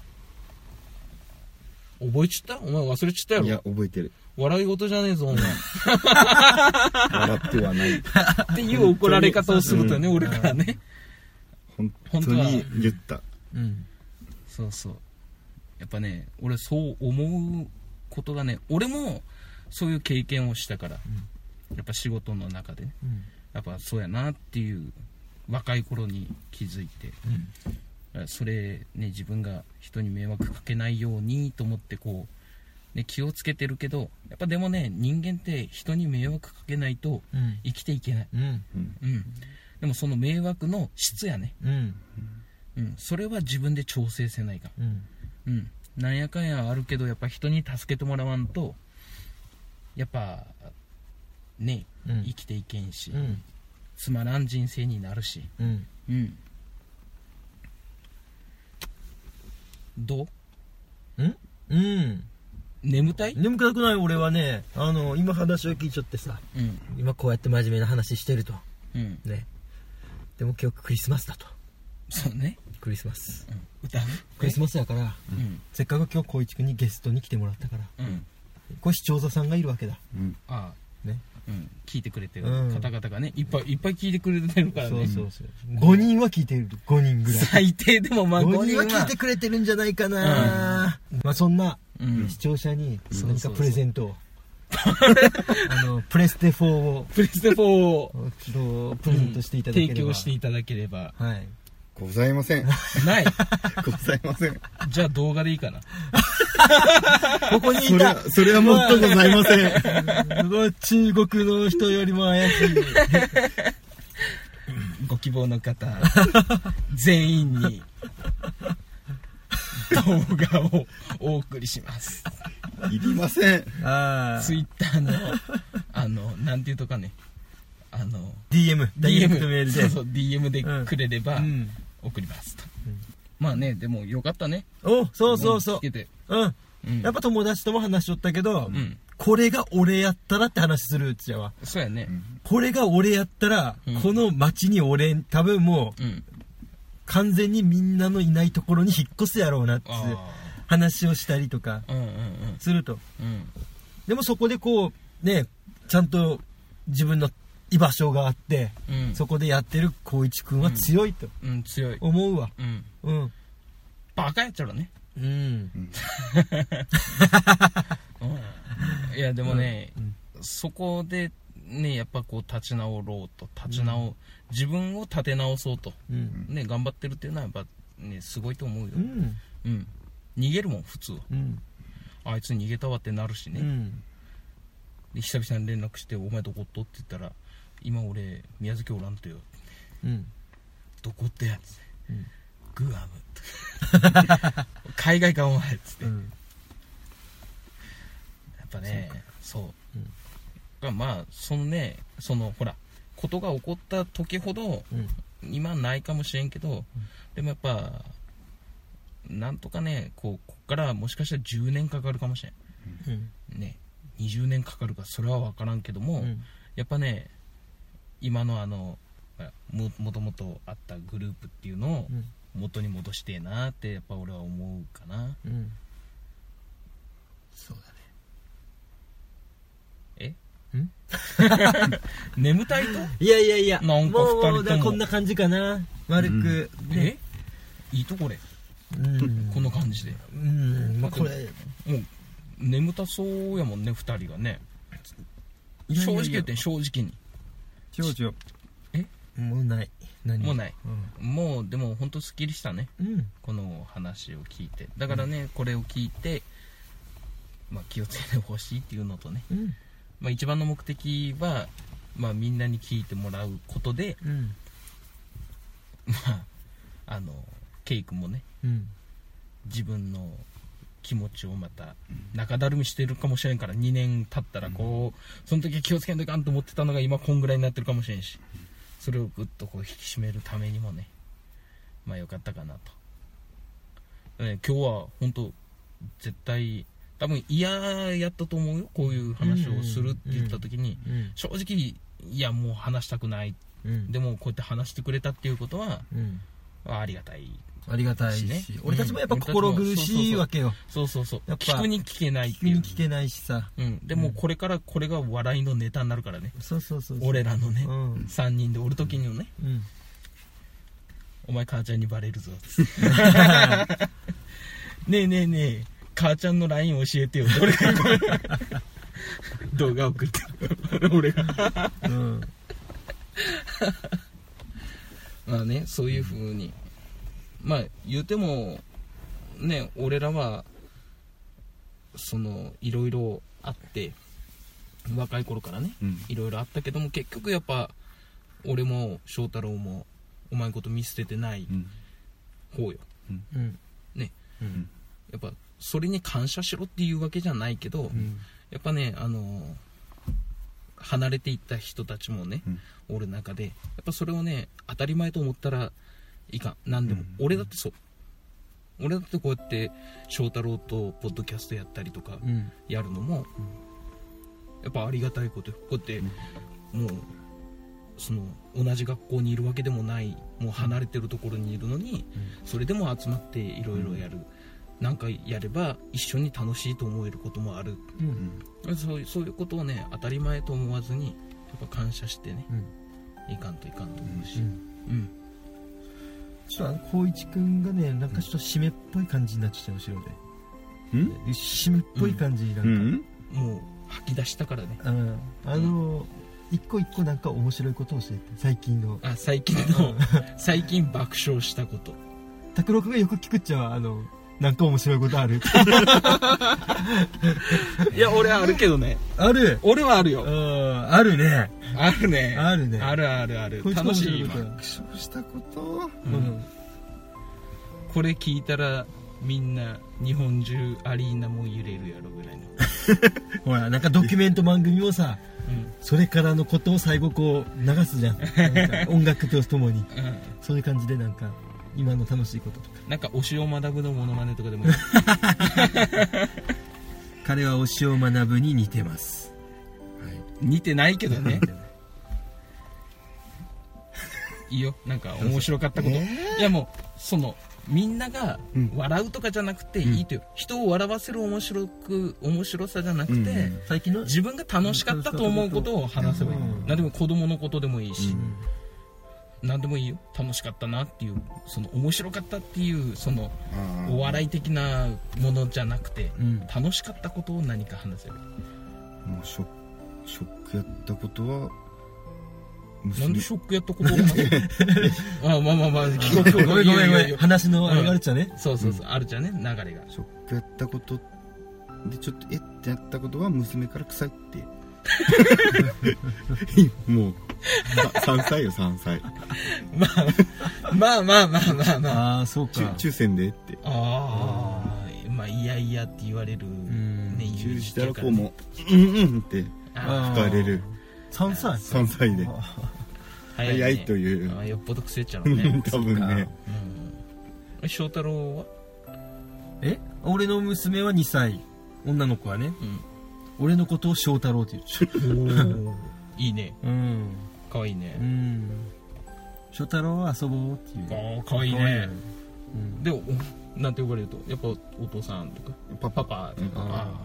覚えちったお前忘れちったやろ。 いや覚えてる。 笑い事じゃねえぞお前笑ってはないっていう怒られ方をするとね、うん、俺からね本当に言った、 うん、そうそうやっぱね俺そう思うことがね俺もそういう経験をしたから、うん、やっぱ仕事の中でね、うん、やっぱそうやなっていう若い頃に気づいて、うん、それね自分が人に迷惑かけないようにと思ってこうね、気をつけてるけどやっぱでもね人間って人に迷惑かけないと生きていけない、うんうんうん、でもその迷惑の質やね、うんうん、それは自分で調整せないか、うんうん、なんやかんやあるけどやっぱ人に助けてもらわんとやっぱね、うん、生きていけんし、うん、つまらん人生になるし、うんうん、どう？ん？うん眠たい？ 眠たくない。俺はねあの今話を聞いちゃってさ、うん、今こうやって真面目な話してると、うんね、でも今日クリスマスだと。 そうねクリスマス、うん、 歌うクリスマスやから、うん、せっかく今日光一くんにゲストに来てもらったから、うん、これ視聴者さんがいるわけだ、うん、 ああね、うん、聞いてくれてる方々がね、うん、いっぱいいっぱい聞いてくれてるからね。 そうそうそうごにんは聞いてる。ごにんぐらい最低でもまあごにんは聞いてくれてるんじゃないかな、うん、まあそんな、うん、視聴者に何かプレゼントをあのプレステフォーをプレステフォーをちょっとプレゼントしていただければ、 うん、提供していただければはいございませんないございません。 じゃあ動画でいいかなここにいたそれは、それはもっとございません中国の人よりも怪しいご希望の方全員に動画をお送りします。 いりません。 あツイッターのあのなんていうとかねあのディーエムディーエム メールでそうそう ディーエム でくれれば送りますと、うん、まあねでもよかったね。 おそうそうそう、 聞けて、 うん、うん、やっぱ友達とも話しとったけど、うん、これが俺やったらって話するっちゃわ。 そうやね、 これが俺やったら、うん、この町に俺多分もう、うん、完全にみんなのいないところに引っ越すやろうなって話をしたりとかすると、うんうんうん、でもそこでこうねちゃんと自分の居場所があって、うん、そこでやってる光一くんは強いと思うわ、うんうん、 バカやっちゃうね、うん、うん、いやでもね、うん、そこでねやっぱこう立ち直ろうと立ち直、うん、自分を立て直そうと、うん、ね頑張ってるっていうのはやっぱねすごいと思うよ、うんうん、逃げるもん普通は、うん、あいつ逃げたわってなるしね、うん、で久々に連絡してお前どこっとって言ったら今俺宮崎おらんとよ、うん、どこってやつ、うん、グアム海外かお前っつって、うん、やっぱねそう、うん、まあそのねそのほらことが起こった時ほど、うん、今ないかもしれんけど、うん、でもやっぱなんとかねこうこっからもしかしたらじゅうねんかかるかもしれん、うん、ねにじゅうねんかかるかそれは分からんけども、うん、やっぱね今のあの も, もともとあったグループっていうのを元に戻してえなってやっぱ俺は思うかな、うん、 そうだね。えん眠たいといやいやいやなんかふたりとももうだこんな感じかな丸く、 うん、ね、えいいとこれ、うん、この感じで、うん、まあ、これもう眠たそうやもんねふたりがね。正直言って正直に正直えもうない何もうない、うん、もうでも本当すっきりしたね、うん、この話を聞いてだからね、うん、これを聞いて、まあ、気をつけてほしいっていうのとね、うん、 まあ、一番の目的は、まあ、みんなに聞いてもらうことで、うん、まああのケイ君もね、うん、自分の気持ちをまた中だるみしてるかもしれんから、にねん経ったらこう、うん、その時は気をつけんといかんと思ってたのが今こんぐらいになってるかもしれんし、それをぐっとこう引き締めるためにもね、まあよかったかなと、ね、今日は本当絶対多分嫌やったと思うよ、こういう話をするって言った時に、うんうんうん、正直いやもう話したくない、うん、でもこうやって話してくれたっていうことは、うん、ありがたい、 ありがたいし、ね、俺たちもやっぱ心苦しいわけよ。 そうそうそう、やっぱ聞くに聞けないっていう、聞くに聞けないしさ、 うん、でもこれからこれが笑いのネタになるからね、 そうそうそうそう、 俺らのね、うん、さんにんでおる時にのね、うん、お前母ちゃんにバレるぞねえねえねえ母ちゃんの ライン 教えてよ俺が動画送って俺が、うん、まあね、そういう風にまあ言うてもね、俺らはそのいろいろあって若い頃からね、いろいろあったけども、結局やっぱ俺も翔太郎もお前こと見捨ててない方よ、うん、ね、うん、やっぱそれに感謝しろっていうわけじゃないけど、うん、やっぱね、あのー、離れていった人たちもね、うん、俺の中でやっぱそれをね当たり前と思ったらいかん。何でも、うん、俺だってそう、俺だってこうやって翔太郎とポッドキャストやったりとかやるのも、うん、やっぱありがたいことよ。こうやって、うん、もうその同じ学校にいるわけでもない、もう離れてるところにいるのに、うん、それでも集まっていろいろやる、うん、なんかやれば一緒に楽しいと思えることもある、うん、そういう、そういうことをね当たり前と思わずにやっぱ感謝してね、うん、いかんといかんと思うし、うん、うん、 ちょっと光一くんがねなんかちょっと締めっぽい感じになっちゃう後ろで、うん、締めっぽい感じになんか、 うん、もう吐き出したからね、 うん、あの、うん、一個一個なんか面白いことを教えて、最近の、 あ、最近の最近爆笑したこと。 拓郎くんがよく聞くっちゃあのなんか面白いことあるいや俺はあるけどね。 ある、 俺はあるよ。 うん、あるね、 あるね、 あるね、 あるあるある。楽しい。 爆笑したこと、 うん、これ聞いたらみんな日本中アリーナも揺れるやろぐらいのほらなんかドキュメント番組もさ、うん、それからのことを最後こう流すじゃん、なんか音楽とともに、うん、そういう感じでなんか今の楽しいこととか、 なんか推しを学ぶのモノマネとかでもいい彼は推しを学ぶに似てます、 はい、似てないけどねいいよ、なんか面白かったこと、えー、いやもうそのみんなが笑うとかじゃなくていいという、うん、人を笑わせる面白く面白さじゃなくて、うん、最近の自分が楽しかったと思うことを話せばいい、うん、何でも子供のことでもいいし、うん、何でもいいよ、楽しかったなっていう、その面白かったっていうそのお笑い的なものじゃなくて、うん、楽しかったことを何か話せばいい。 もうショショックやったことはなんでショックやったことあまあまあまあ記憶ごめんごめんごめん、話のあれがあるっちゃね、 うん、そうそうそう、うん、あるちゃね、流れがショックやったことでちょっとえってやったことは娘から臭いってもうさんさいよさんさいまあまあまあまあまあまあ、 あそうか、 抽選でって、 ああまあいやいやって言われるね、 抽したらこうもうんうんって吹かれる、 さんさいさんさいで早い、ね、早いという、 あよっぽど癖っちゃうのね多分ね、 うん、翔太郎はえ俺の娘はにさい、女の子はね、うん、俺のことを翔太郎って言ういいね、うん、かわいいね、うん、 翔太郎は遊ぼうっていう、 あかわいいね、うん、でなんて呼ばれるとやっぱお父さんとかパパパとか、うん、あ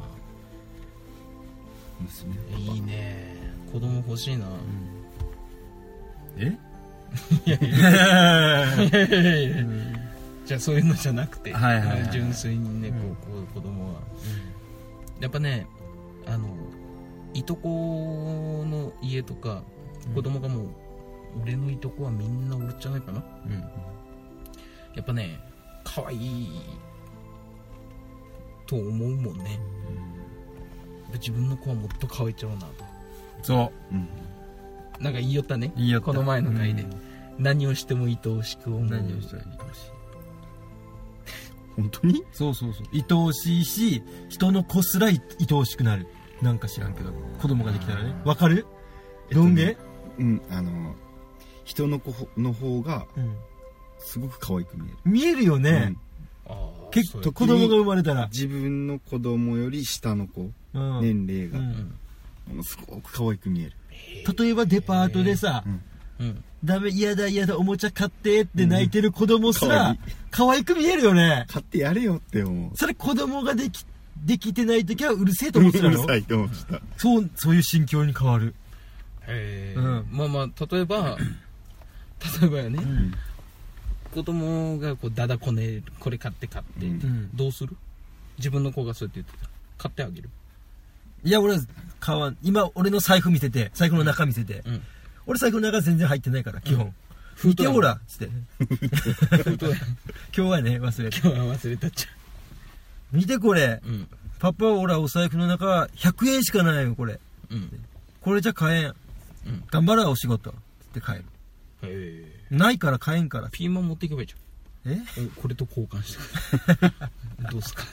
娘いいね、子供欲しいな、うん、 えいやいやいやいやじゃあそういうのじゃなくて、はいはいはい、純粋にね、うん、こう子供は、うん、やっぱね、あのいとこの家とか、うん、子供がもう俺のいとこはみんなおるんじゃないかな、うん、やっぱね可愛いと思うもんね、 自分の子はもっと可愛いちゃうなと。 そう、 うん、なんか言いよったね、 言いよった、 この前の回で、うん、何をしても愛おしく思う。 何をしても愛おしい。 本当に？ そうそうそう、愛おしいし、人の子すら愛おしくなる。なんか知らんけど、子供ができたらね。わかる？ロン毛？ うん、あの人の子の方がすごく可愛く見える。 見えるよね。うん、あ結構子供が生まれたら自分の子供より下の子、うん、年齢が、うん、すごく可愛く見える。 例えばデパートでさ、うん、ダメ、嫌だ嫌だおもちゃ買ってって泣いてる子供すら、うん、可愛く見えるよね。 買ってやれよって思う。 それ子供ができできてない時はうるせえと思ってたの。うるさいと思ってた。 そうそういう心境に変わる。 へえ、うん、まあまあ例えば例えばよね、うん、子供がこうダダこねこれ買って買って、うん、どうする？自分の子がそうやって言ってたら買ってあげる？ いや俺は買わん。今俺の財布見せて、財布の中見せて、うん、俺財布の中全然入ってないから基本、うん、見てほらっつって今日はね忘れた今日は忘れたっちゃう。見てこれ、うん、パパほらお財布の中ひゃくえんしかないよこれ、うん、これじゃ買えん、うん、頑張らお仕事って買える。へえ。ないから買えんから。 ピーマン持っていけばいいじゃん。え？これと交換してどうすか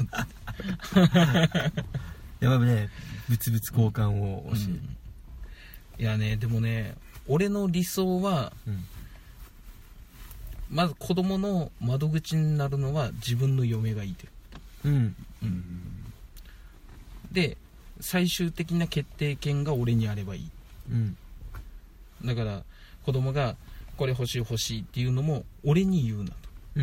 やばいね、物々交換を教える、うん、 いやね、でもね俺の理想は、うん、まず子供の窓口になるのは自分の嫁がいて、うんうん、で最終的な決定権が俺にあればいい、うん、だから子供がこれ欲しい欲しいっていうのも俺に言うなと、うん、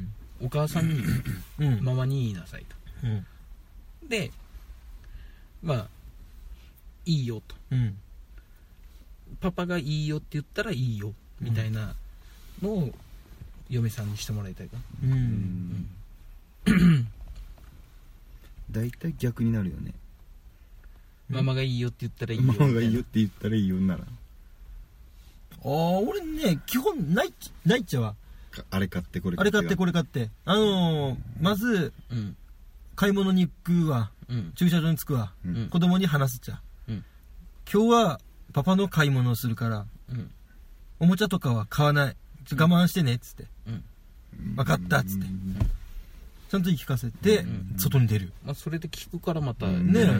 お母さんに言う、うん、ママに言いなさいと、うん、でまあいいよと、うん、パパがいいよって言ったらいいよみたいなのを嫁さんにしてもらいたいかな。うんだいたい逆になるよね。 ママがいいよって言ったらいいよ、 ママがいいよって言ったらいいよなら、 ああ俺ね基本ないないっちゃわ。 あれ買ってこれ買ってあれ買ってこれ買ってあのー、まず、うん、買い物に行くわ、うん、駐車場に着くわ、うん、子供に話すっちゃ、うん、今日はパパの買い物をするから、うん、おもちゃとかは買わない、ちょ我慢してねっつって、うん、分かったっつって、うん、ちゃんと言い聞かせて、うん、外に出る、 まあ、それで聞くからまたね、うんね、うん、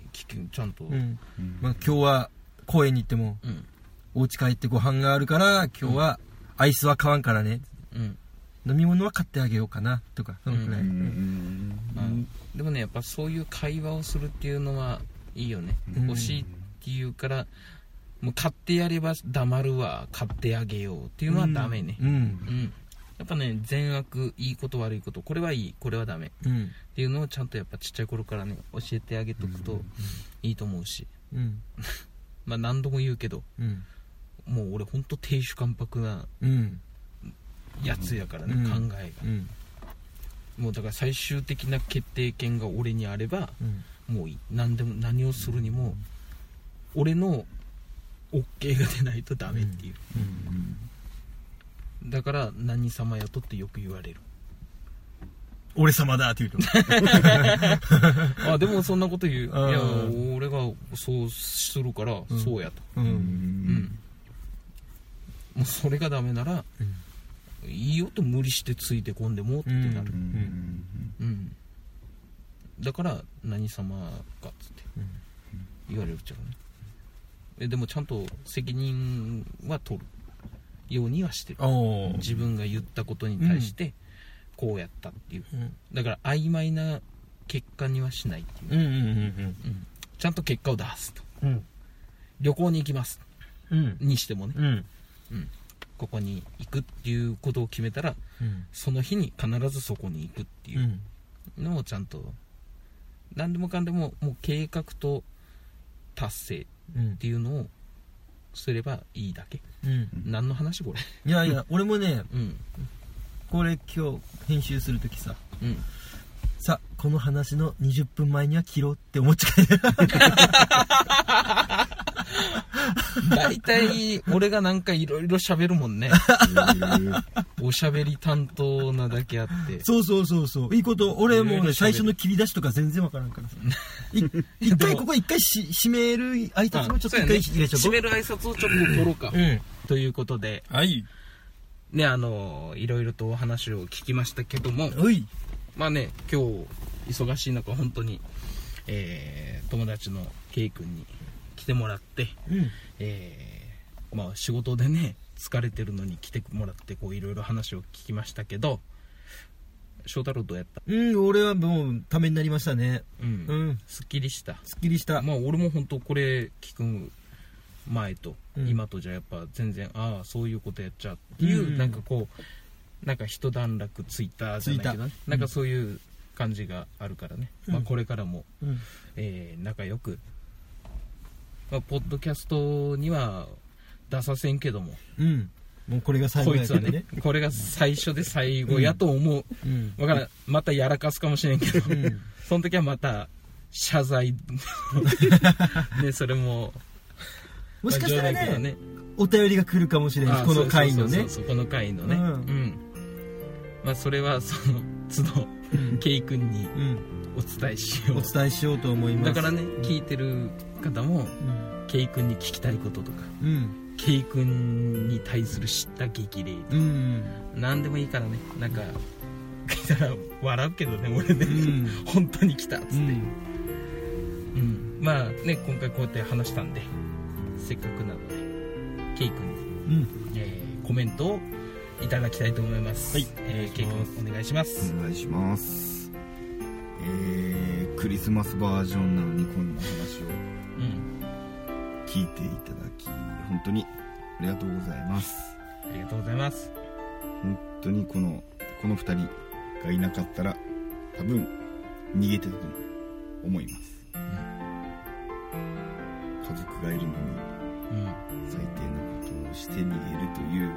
聞くちゃんと、 うんまあ、今日は公園に行っても、うん、お家帰ってご飯があるから今日はアイスは買わんからね、うん、飲み物は買ってあげようかなとかそのくらい、うんうんまあ、でもねやっぱそういう会話をするっていうのはいいよね、うん、欲しいっていうからもう買ってやれば黙るわ買ってあげようっていうのはダメね、うんうん、やっぱね善悪いいこと悪いことこれはいいこれはダメ、うん、っていうのをちゃんとやっぱちっちゃい頃からね教えてあげとくといいと思うし、うん、まあ何度も言うけど、うんもう俺ほんと亭主関白なやつやからね、うん、考えが、うん、もうだから最終的な決定権が俺にあれば、うん、もういい何でも何をするにも俺の OK が出ないとダメっていう、うん、だから何様やとってよく言われる。 俺様だって言うとあでもそんなこと言ういや俺がそうするから、うん、そうやと、うんうんもうそれがダメなら、うん、いいよと無理してついてこんでもってなる、うんうん、だから何様かっつって言われるっちゃうね。えでもちゃんと責任は取るようにはしてる。自分が言ったことに対してこうやったっていう、うん、だから曖昧な結果にはしないっていう、うんうんうんうん、ちゃんと結果を出すと、うん、旅行に行きます、うん、にしてもね、うんうん、ここに行くっていうことを決めたら、うん、その日に必ずそこに行くっていうのをちゃんと何でもかんでももう計画と達成っていうのをすればいいだけ、うん、何の話これいやいや俺もね、うん、これ今日編集するときさ、うん、さこの話のにじゅっぷんまえには切ろうって思っちゃう大体俺がなんかいろいろ喋るもんね。おしゃべり担当なだけあって。 そうそうそうそう。いいこと、俺もね、最初の切り出しとか全然わからんからさ。一回ここ一回し締める挨拶もちょっと一回入れちゃおう。 締める挨拶をちょっと取ろうか。うん。ということで。 はい。 ね、あの、いろいろとお話を聞きましたけども。 はい。 まあね、今日忙しい中本当に、えー、友達のケイ君に来てもらって、うん、えー、まあ仕事でね疲れてるのに来てもらってこういろいろ話を聞きましたけど、翔太郎どうやった？ うん、俺はもうためになりましたね。 うん、うん、すっきりした。 すっきりした。 まあ俺も本当これ聞く前と今とじゃやっぱ全然、うん、ああそういうことやっちゃうっていう、うんうん、なんかこうなんか一段落ついたじゃないけど、ね、なんかそういう感じがあるからね、うん、まあ、これからも、うん、えー、仲良く、まあ、ポッドキャストには出させんけども、 うん、もうこれが最後やけどね、 こいつはねこれが最初で最後やと思う、うん、だからまたやらかすかもしれんけど、うん、その時はまた謝罪ね、それももしかしたら ね, ねお便りが来るかもしれない、この回のね、 そうそうそうそう、この回のね、うん、うん、まあそれはその都度ケイ君にお伝えしよう、 お伝えしようと思います。 だからね、聞いてる方も、うん、ケイ君に聞きたいこととか、うん、ケイ君に対する知った激励とか、うん、何でもいいからね、なんか来たら笑うけどね俺ね、うん、本当に来たっつって、うんうん、まあね今回こうやって話したんでせっかくなのでケイ君に、うん、えー、コメントをいただきたいと思います。はい、えー、ケイ君お願いします。 お願いします。えー、クリスマスバージョンなのにこんな話を聞いていただき、本当にありがとうございます。 ありがとうございます。 本当にこのこのふたりがいなかったら多分逃げてたと思います。うん、家族がいるのに、うん、最低なことをして逃げるという。うん、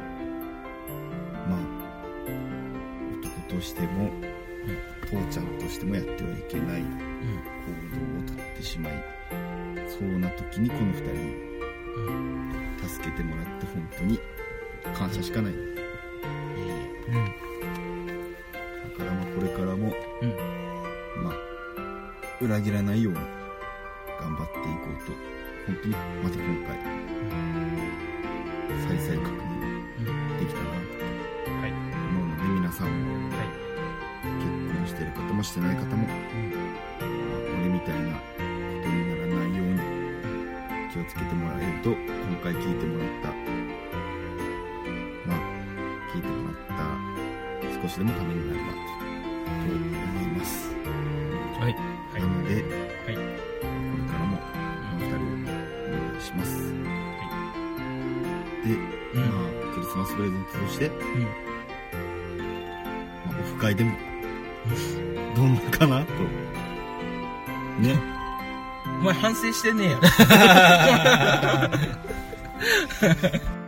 まあ、男としても、うん、父ちゃんとしてもやってはいけない行動をとってしまい、そうな時にこのふたり、うん、助けてもらって本当に感謝しかない、うん、だからまあこれからも、うん、まあ裏切らないように頑張っていこうと本当にまた今回、うん、再々確認できたなと思うので、皆さんも、はい、結婚してる方もしてない方も、うん、俺みたいなことにならないように気をつけてもらえると、今回聞いてもらったまあ聞いてもらった少しでもためになればと思います。 はい、 はい、なので、はい、これからもこのふたりをお願いします。はい、で、うん、まあクリスマスプレゼントとして、うん、まあ、オフ会でもどんなかなとね。 お前反省してねえよ